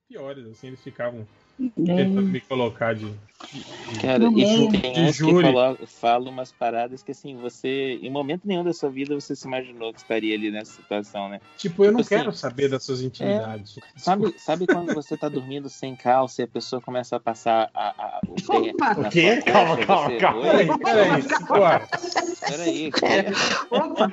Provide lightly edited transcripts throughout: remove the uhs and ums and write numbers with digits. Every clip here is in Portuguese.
piores, assim, eles ficavam tentando me colocar de Cara, e tem uns júri. que falam umas paradas que assim, você, em momento nenhum da sua vida, você se imaginou que estaria ali nessa situação, né? Tipo, eu não assim, quero saber das suas intimidades. Sabe quando você tá dormindo sem calça e a pessoa começa a passar o pé Opa! na O quê? sua coxa, Calma. Oi? Peraí, Cicora. Peraí. Opa!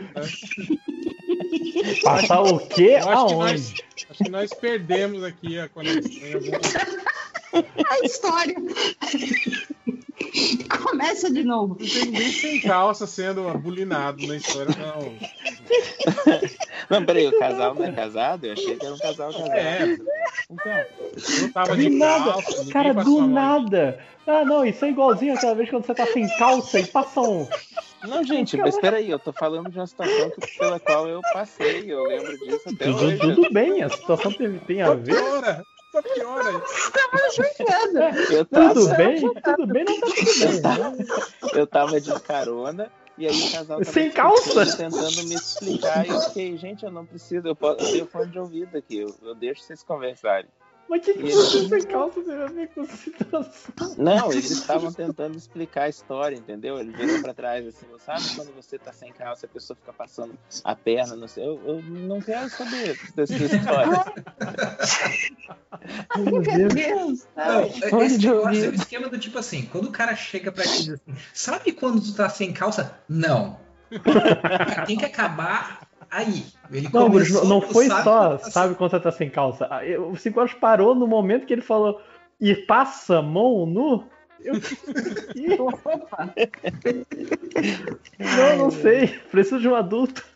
Passar o quê? Eu acho Aonde? que nós perdemos aqui a conexão em algum momento. A história. Começa de novo. Não tem ninguém sem calça sendo bulinado na história, não. Não, peraí, o casal não é casado? Eu achei que era um casal casado. Então, eu tava de Do nada, calça, ninguém cara, passou do a mão. nada. Ah, não, isso é igualzinho aquela vez quando você tá sem calça e passa um. Não, gente, mas peraí, eu tô falando de uma situação pela qual eu passei, eu lembro disso até hoje. Tudo bem, a situação tem a ver. Só piora. Eu tava, Tudo bem, não tá tudo bem. eu tava de carona, e aí o casal tava Sem calça? tentando me explicar, e eu fiquei, gente, eu não preciso, eu tenho fone de ouvido aqui, eu deixo vocês conversarem. Mas que você sem calça tem a ver com a situação? Não, eles estavam tentando explicar a história, entendeu? Ele virou pra trás assim, sabe quando você tá sem calça, a pessoa fica passando a perna, não sei, eu não quero saber dessa história. Meu Deus. Não, esse é o esquema do tipo assim, quando o cara chega pra ti e diz assim, sabe quando tu tá sem calça? Não. Tem que acabar aí. Ele Não, Bruno, começou, não foi só, tá sabe quando você tá sem calça. O 5 horas parou no momento que ele falou e passa a mão nu. Opa! Não sei. Preciso de um adulto.